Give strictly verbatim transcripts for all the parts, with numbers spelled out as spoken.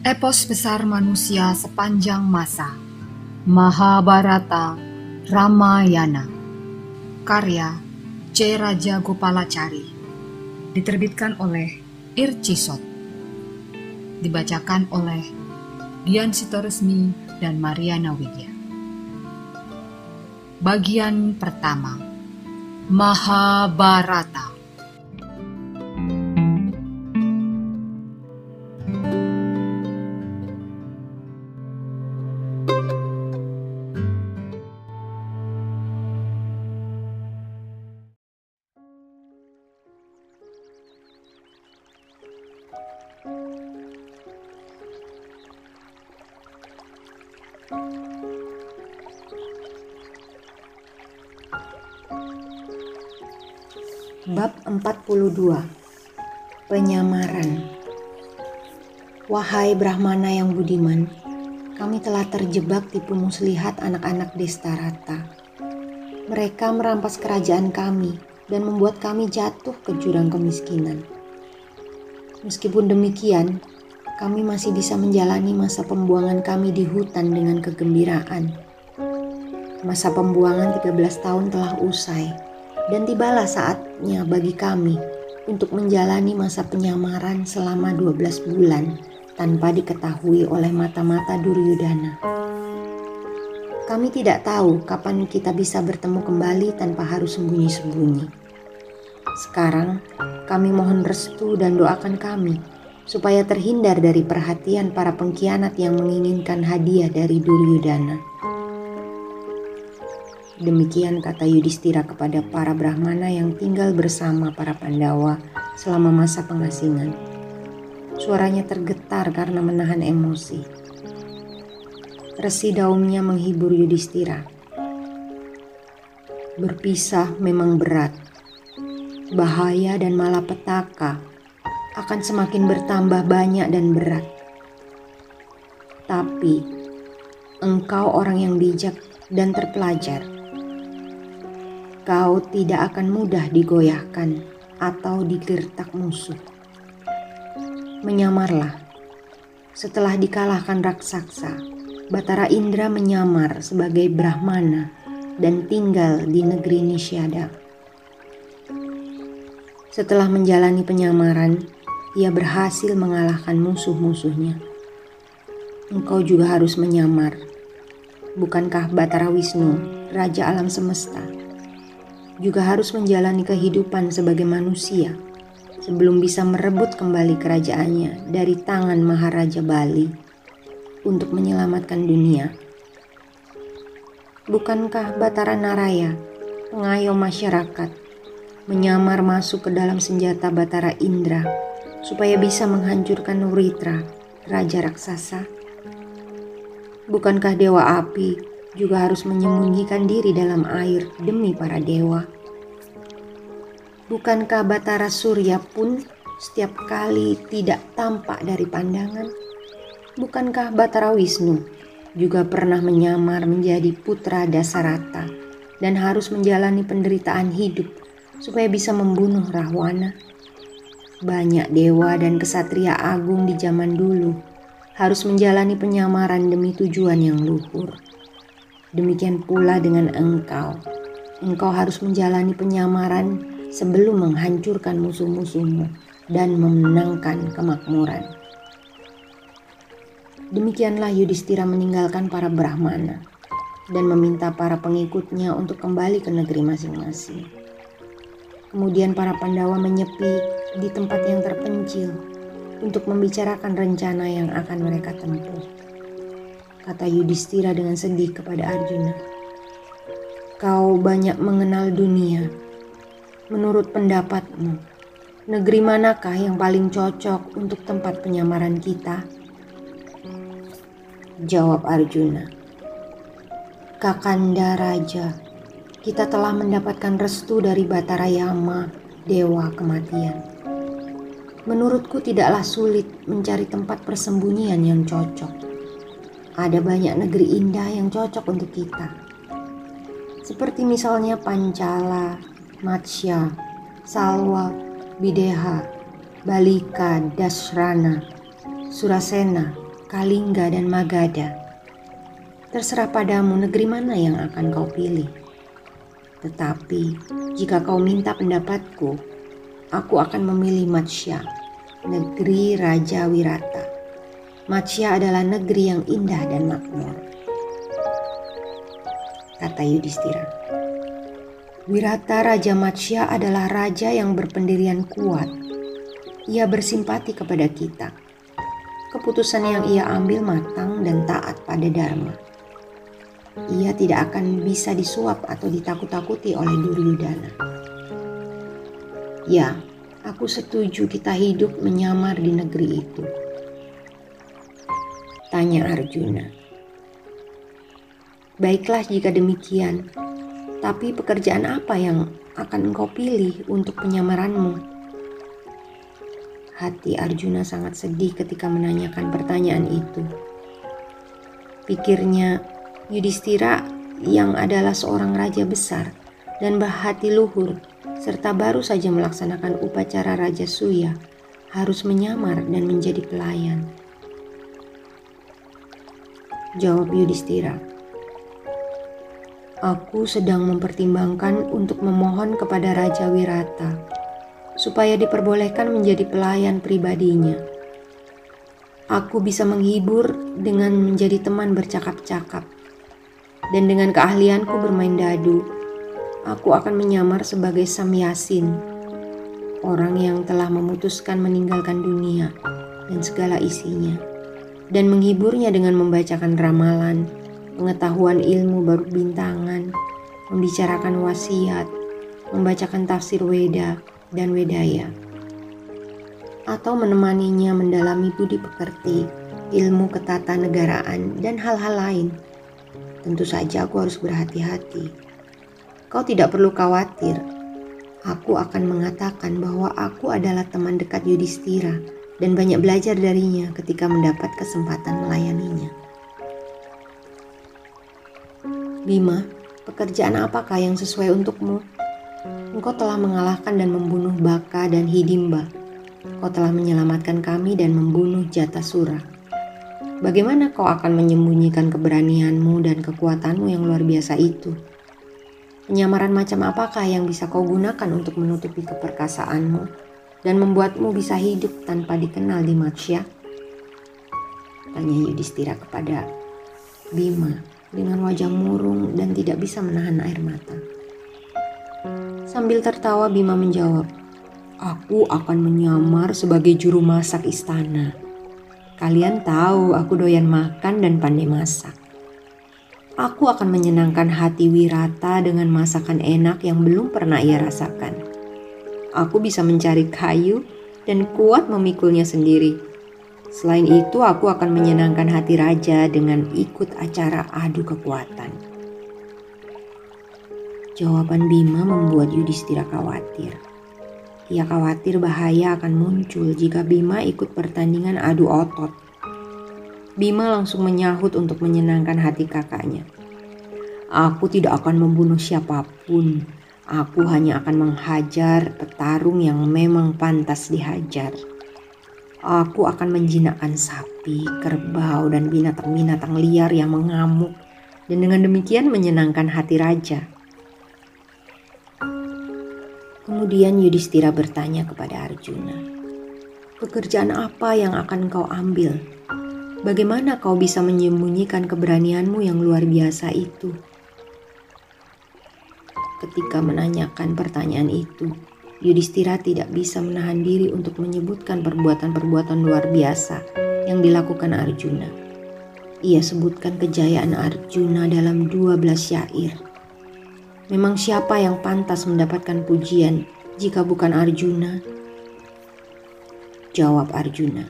Epos besar manusia sepanjang masa, Mahabharata Ramayana, karya C. Raja Gopalacari, diterbitkan oleh Ircisot, dibacakan oleh Dian Sitoresmi dan Mariana Widya. Bagian pertama, Mahabharata. Bab empat puluh dua. Penyamaran. Wahai Brahmana yang budiman, kami telah terjebak tipu muslihat anak-anak Destarata. Mereka merampas kerajaan kami dan membuat kami jatuh ke jurang kemiskinan. Meskipun demikian, kami masih bisa menjalani masa pembuangan kami di hutan dengan kegembiraan. Masa pembuangan tiga belas tahun telah usai, dan tibalah saatnya bagi kami untuk menjalani masa penyamaran selama dua belas bulan tanpa diketahui oleh mata-mata Duryudana. Kami tidak tahu kapan kita bisa bertemu kembali tanpa harus sembunyi-sembunyi. Sekarang kami mohon restu dan doakan kami supaya terhindar dari perhatian para pengkhianat yang menginginkan hadiah dari Duryudana. Demikian kata Yudhistira kepada para Brahmana yang tinggal bersama para Pandawa selama masa pengasingan. Suaranya tergetar karena menahan emosi. Resi daunnya menghibur Yudhistira. Berpisah memang berat. Bahaya dan malapetaka akan semakin bertambah banyak dan berat. Tapi engkau orang yang bijak dan terpelajar. Kau tidak akan mudah digoyahkan atau digertak musuh. Menyamarlah. Setelah dikalahkan raksasa, Batara Indra menyamar sebagai Brahmana dan tinggal di negeri Nisyada. Setelah menjalani penyamaran, ia berhasil mengalahkan musuh-musuhnya. Engkau juga harus menyamar. Bukankah Batara Wisnu, Raja Alam Semesta, juga harus menjalani kehidupan sebagai manusia sebelum bisa merebut kembali kerajaannya dari tangan Maharaja Bali untuk menyelamatkan dunia? Bukankah Batara Naraya, pengayom masyarakat, menyamar masuk ke dalam senjata Batara Indra supaya bisa menghancurkan Writra, raja raksasa? Bukankah Dewa Api juga harus menyembunyikan diri dalam air demi para dewa? Bukankah Batara Surya pun setiap kali tidak tampak dari pandangan? Bukankah Batara Wisnu juga pernah menyamar menjadi putra Dasarata dan harus menjalani penderitaan hidup supaya bisa membunuh Rahwana? Banyak dewa dan kesatria agung di zaman dulu harus menjalani penyamaran demi tujuan yang luhur. Demikian pula dengan engkau. Engkau harus menjalani penyamaran sebelum menghancurkan musuh-musuhmu dan memenangkan kemakmuran. Demikianlah Yudhistira meninggalkan para Brahmana dan meminta para pengikutnya untuk kembali ke negeri masing-masing. Kemudian para Pandawa menyepi di tempat yang terpencil untuk membicarakan rencana yang akan mereka tempuh. Kata Yudhistira dengan sedih kepada Arjuna, "Kau banyak mengenal dunia. Menurut pendapatmu, negeri manakah yang paling cocok untuk tempat penyamaran kita?" Jawab Arjuna, "Kakanda Raja, kita telah mendapatkan restu dari Batara Yama, Dewa Kematian. Menurutku tidaklah sulit mencari tempat persembunyian yang cocok. Ada banyak negeri indah yang cocok untuk kita. Seperti misalnya Pancala, Matsya, Salwa, Videha, Balika, Dasrana, Surasena, Kalingga, dan Magadha. Terserah padamu negeri mana yang akan kau pilih. Tetapi jika kau minta pendapatku, aku akan memilih Matsya, negeri Raja Wirata. Matsya adalah negeri yang indah dan makmur, kata Yudhistira. Wirata Raja Matsya adalah raja yang berpendirian kuat. Ia bersimpati kepada kita. Keputusan yang ia ambil matang dan taat pada Dharma. Ia tidak akan bisa disuap atau ditakut-takuti oleh Duryudana. Ya, aku setuju kita hidup menyamar di negeri itu, tanya Arjuna. Baiklah jika demikian, tapi pekerjaan apa yang akan engkau pilih untuk penyamaranmu? Hati Arjuna sangat sedih ketika menanyakan pertanyaan itu. Pikirnya, Yudhistira yang adalah seorang raja besar dan berhati luhur, serta baru saja melaksanakan upacara Raja Suya, harus menyamar dan menjadi pelayan. Jawab Yudhistira, aku sedang mempertimbangkan untuk memohon kepada Raja Wirata supaya diperbolehkan menjadi pelayan pribadinya. Aku bisa menghibur dengan menjadi teman bercakap-cakap. Dan dengan keahlianku bermain dadu, aku akan menyamar sebagai Samyasin, orang yang telah memutuskan meninggalkan dunia dan segala isinya, dan menghiburnya dengan membacakan ramalan, pengetahuan ilmu baru bintangan, membicarakan wasiat, membacakan tafsir Weda dan Wedaya, atau menemaninya mendalami budi pekerti, ilmu ketatanegaraan, dan hal-hal lain. Tentu saja aku harus berhati-hati. Kau tidak perlu khawatir. Aku akan mengatakan bahwa aku adalah teman dekat Yudhistira dan banyak belajar darinya ketika mendapat kesempatan melayaninya. Bima, pekerjaan apakah yang sesuai untukmu? Engkau telah mengalahkan dan membunuh Baka dan Hidimba. Kau telah menyelamatkan kami dan membunuh Jatasura. Bagaimana kau akan menyembunyikan keberanianmu dan kekuatanmu yang luar biasa itu? Penyamaran macam apakah yang bisa kau gunakan untuk menutupi keperkasaanmu dan membuatmu bisa hidup tanpa dikenal di Matsya? Tanya Yudhistira kepada Bima dengan wajah murung dan tidak bisa menahan air mata. Sambil tertawa Bima menjawab, aku akan menyamar sebagai juru masak istana. Kalian tahu aku doyan makan dan pandai masak. Aku akan menyenangkan hati Wirata dengan masakan enak yang belum pernah ia rasakan. Aku bisa mencari kayu dan kuat memikulnya sendiri. Selain itu, aku akan menyenangkan hati raja dengan ikut acara adu kekuatan. Jawaban Bima membuat Yudhistira khawatir. Ia khawatir bahaya akan muncul jika Bima ikut pertandingan adu otot. Bima langsung menyahut untuk menyenangkan hati kakaknya. Aku tidak akan membunuh siapapun. Aku hanya akan menghajar petarung yang memang pantas dihajar. Aku akan menjinakkan sapi, kerbau, dan binatang-binatang liar yang mengamuk. Dan dengan demikian menyenangkan hati raja. Kemudian Yudhistira bertanya kepada Arjuna, pekerjaan apa yang akan kau ambil? Bagaimana kau bisa menyembunyikan keberanianmu yang luar biasa itu? Ketika menanyakan pertanyaan itu, Yudhistira tidak bisa menahan diri untuk menyebutkan perbuatan-perbuatan luar biasa yang dilakukan Arjuna. Ia sebutkan kejayaan Arjuna dalam dua belas syair. Memang siapa yang pantas mendapatkan pujian jika bukan Arjuna? Jawab Arjuna,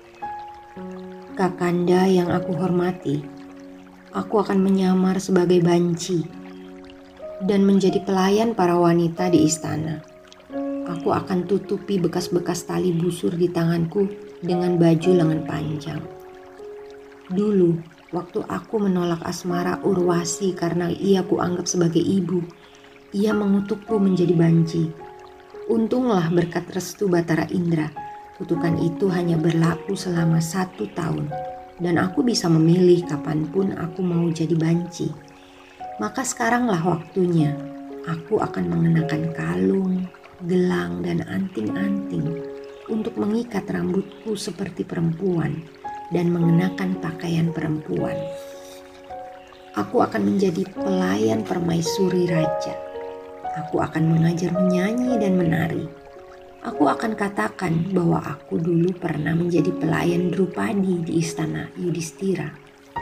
Kakanda yang aku hormati, aku akan menyamar sebagai banci dan menjadi pelayan para wanita di istana. Aku akan tutupi bekas-bekas tali busur di tanganku dengan baju lengan panjang. Dulu, waktu aku menolak asmara Urwasi karena ia kuanggap sebagai ibu, ia mengutukku menjadi banci. Untunglah berkat restu Batara Indra, kutukan itu hanya berlaku selama satu tahun dan aku bisa memilih kapanpun aku mau jadi banci. Maka sekaranglah waktunya aku akan mengenakan kalung, gelang, dan anting-anting untuk mengikat rambutku seperti perempuan dan mengenakan pakaian perempuan. Aku akan menjadi pelayan permaisuri raja. Aku akan mengajar menyanyi dan menari. Aku akan katakan bahwa aku dulu pernah menjadi pelayan Drupadi di istana Yudhistira.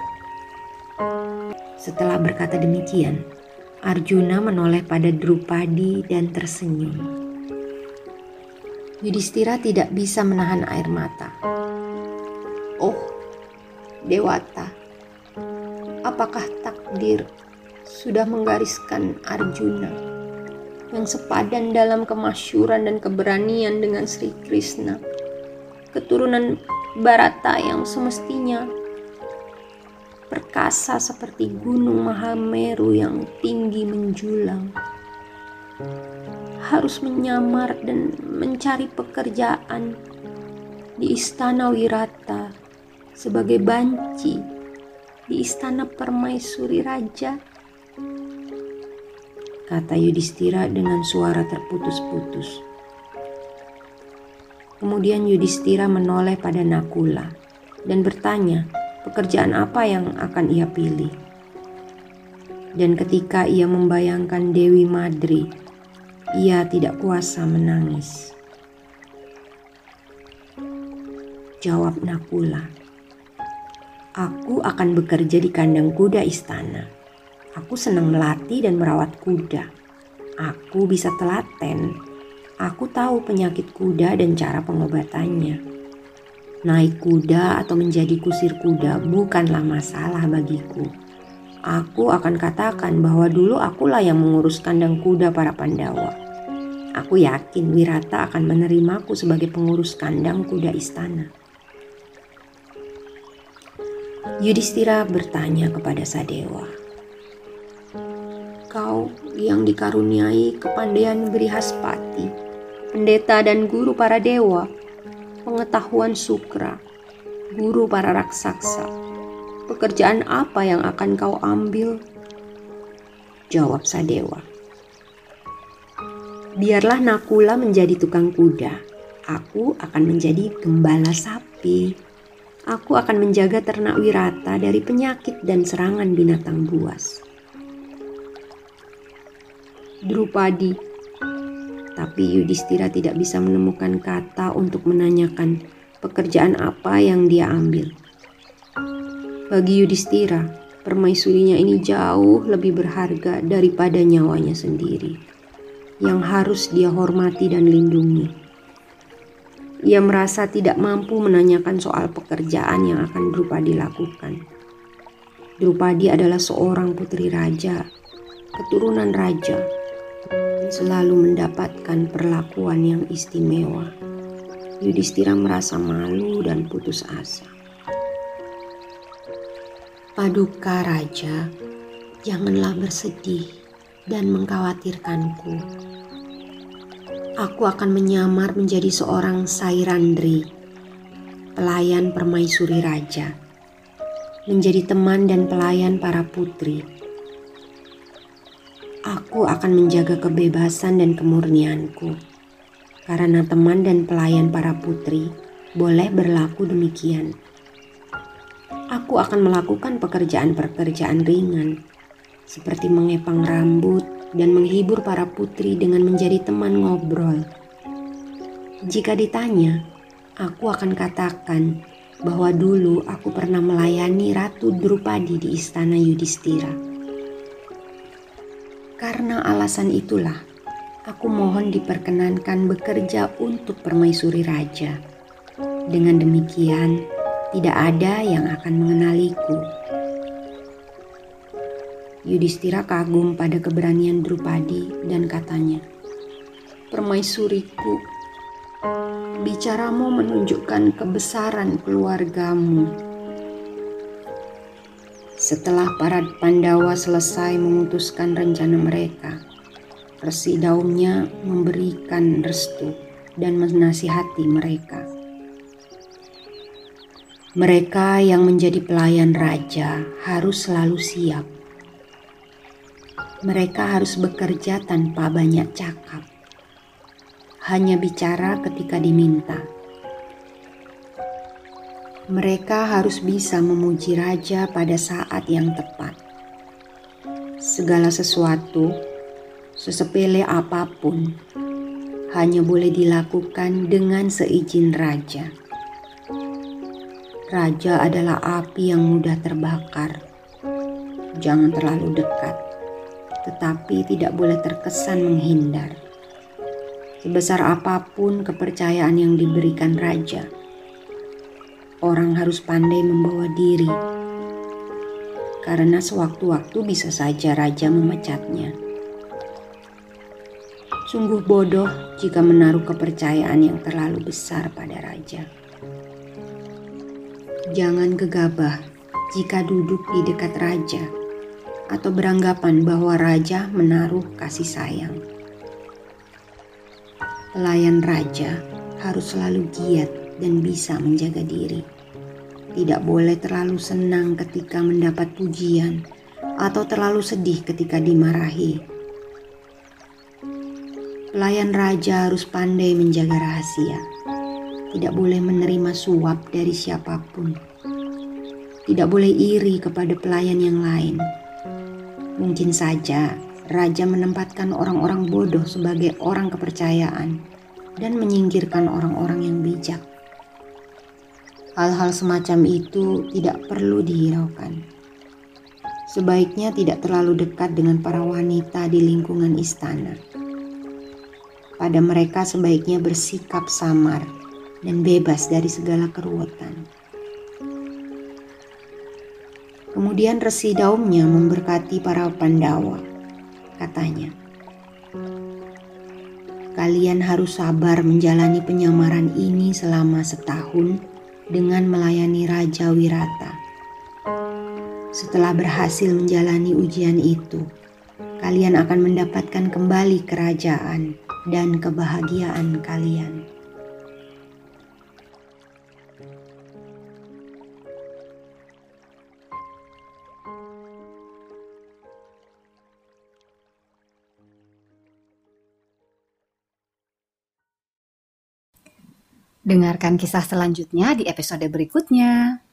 Setelah berkata demikian, Arjuna menoleh pada Drupadi dan tersenyum. Yudhistira tidak bisa menahan air mata. Oh, Dewata, apakah takdir sudah menggariskan Arjuna yang sepadan dalam kemasyuran dan keberanian dengan Sri Krishna, keturunan Bharata yang semestinya perkasa seperti gunung Mahameru yang tinggi menjulang, harus menyamar dan mencari pekerjaan di istana Wirata sebagai banci di istana permaisuri raja, kata Yudhistira dengan suara terputus-putus. Kemudian Yudhistira menoleh pada Nakula dan bertanya pekerjaan apa yang akan ia pilih. Dan ketika ia membayangkan Dewi Madri, ia tidak kuasa menangis. Jawab Nakula, aku akan bekerja di kandang kuda istana. Aku senang melatih dan merawat kuda. Aku bisa telaten. Aku tahu penyakit kuda dan cara pengobatannya. Naik kuda atau menjadi kusir kuda bukanlah masalah bagiku. Aku akan katakan bahwa dulu akulah yang mengurus kandang kuda para Pandawa. Aku yakin Wirata akan menerimaku sebagai pengurus kandang kuda istana. Yudhistira bertanya kepada Sadewa, kau yang dikaruniai kepandaian Brihaspati, pendeta dan guru para dewa, pengetahuan Sukra, guru para raksasa, pekerjaan apa yang akan kau ambil? Jawab Sadewa, biarlah Nakula menjadi tukang kuda, aku akan menjadi gembala sapi. Aku akan menjaga ternak Wirata dari penyakit dan serangan binatang buas. Drupadi, tapi Yudhistira tidak bisa menemukan kata untuk menanyakan pekerjaan apa yang dia ambil. Bagi Yudhistira, permaisurinya ini jauh lebih berharga daripada nyawanya sendiri, yang harus dia hormati dan lindungi. Ia merasa tidak mampu menanyakan soal pekerjaan yang akan Drupadi lakukan. Drupadi adalah seorang putri raja, keturunan raja, dan selalu mendapatkan perlakuan yang istimewa. Yudhistira merasa malu dan putus asa. Paduka Raja, janganlah bersedih dan mengkhawatirkanku. Aku akan menyamar menjadi seorang Sairandri, pelayan permaisuri raja, menjadi teman dan pelayan para putri. Aku akan menjaga kebebasan dan kemurnianku, karena teman dan pelayan para putri boleh berlaku demikian. Aku akan melakukan pekerjaan-pekerjaan ringan, seperti mengepang rambut dan menghibur para putri dengan menjadi teman ngobrol. Jika ditanya, aku akan katakan bahwa dulu aku pernah melayani Ratu Drupadi di istana Yudhistira. Karena alasan itulah, aku mohon diperkenankan bekerja untuk permaisuri raja. Dengan demikian, tidak ada yang akan mengenaliku. Yudhistira kagum pada keberanian Drupadi dan katanya, permaisuriku, bicaramu menunjukkan kebesaran keluargamu. Setelah para Pandawa selesai memutuskan rencana mereka, Resi Daumnya memberikan restu dan menasihati mereka. Mereka yang menjadi pelayan raja harus selalu siap. Mereka harus bekerja tanpa banyak cakap, hanya bicara ketika diminta. Mereka harus bisa memuji raja pada saat yang tepat. Segala sesuatu, sesepele apapun, hanya boleh dilakukan dengan seizin raja. Raja adalah api yang mudah terbakar. Jangan terlalu dekat, tetapi tidak boleh terkesan menghindar. Sebesar apapun kepercayaan yang diberikan raja, orang harus pandai membawa diri, karena sewaktu-waktu bisa saja raja memecatnya. Sungguh bodoh jika menaruh kepercayaan yang terlalu besar pada raja. Jangan gegabah jika duduk di dekat raja atau beranggapan bahwa raja menaruh kasih sayang. Pelayan raja harus selalu giat dan bisa menjaga diri. Tidak boleh terlalu senang ketika mendapat pujian atau terlalu sedih ketika dimarahi. Pelayan raja harus pandai menjaga rahasia. Tidak boleh menerima suap dari siapapun. Tidak boleh iri kepada pelayan yang lain. Mungkin saja raja menempatkan orang-orang bodoh sebagai orang kepercayaan dan menyingkirkan orang-orang yang bijak. Hal-hal semacam itu tidak perlu dihiraukan. Sebaiknya tidak terlalu dekat dengan para wanita di lingkungan istana. Pada mereka sebaiknya bersikap samar dan bebas dari segala keruwetan. Kemudian Resi Daumnya memberkati para Pandawa. Katanya, kalian harus sabar menjalani penyamaran ini selama setahun dengan melayani Raja Wirata. Setelah berhasil menjalani ujian itu, kalian akan mendapatkan kembali kerajaan dan kebahagiaan kalian. Dengarkan kisah selanjutnya di episode berikutnya.